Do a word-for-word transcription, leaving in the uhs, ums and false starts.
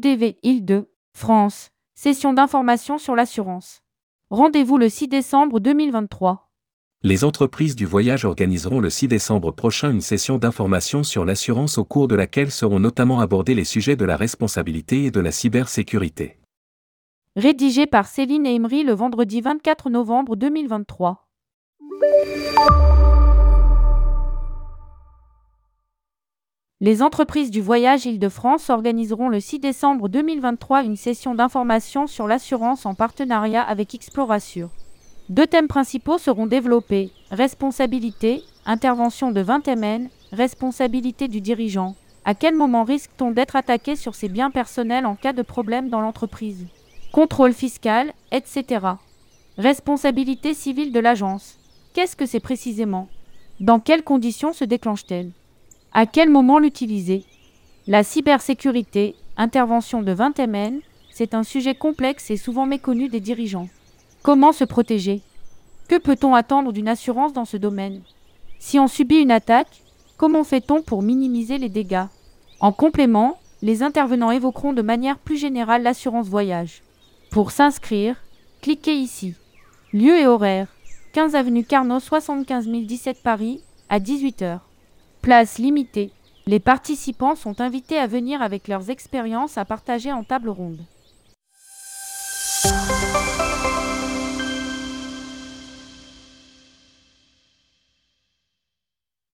D V Île-de-France. Session d'information sur l'assurance. Rendez-vous le six décembre deux mille vingt-trois. Les entreprises du voyage organiseront le six décembre prochain une session d'information sur l'assurance au cours de laquelle seront notamment abordés les sujets de la responsabilité et de la cybersécurité. Rédigé par Céline et Imri le vendredi vingt-quatre novembre deux mille vingt-trois. Les entreprises du voyage Île-de-France organiseront le six décembre deux mille vingt-trois une session d'information sur l'assurance en partenariat avec Explorassure. Deux thèmes principaux seront développés: responsabilité, intervention de vingt M N, responsabilité du dirigeant. À quel moment risque-t-on d'être attaqué sur ses biens personnels en cas de problème dans l'entreprise? Contrôle fiscal, et cetera. Responsabilité civile de l'agence. Qu'est-ce que c'est précisément? Dans quelles conditions se déclenche-t-elle? À quel moment l'utiliser? La cybersécurité, intervention de vingt M N, c'est un sujet complexe et souvent méconnu des dirigeants. Comment se protéger? Que peut-on attendre d'une assurance dans ce domaine? Si on subit une attaque, comment fait-on pour minimiser les dégâts? En complément, les intervenants évoqueront de manière plus générale l'assurance voyage. Pour s'inscrire, cliquez ici. Lieu et horaire: quinze avenue Carnot, soixante-quinze mille dix-sept Paris, à dix-huit heures. Place limitée. Les participants sont invités à venir avec leurs expériences à partager en table ronde.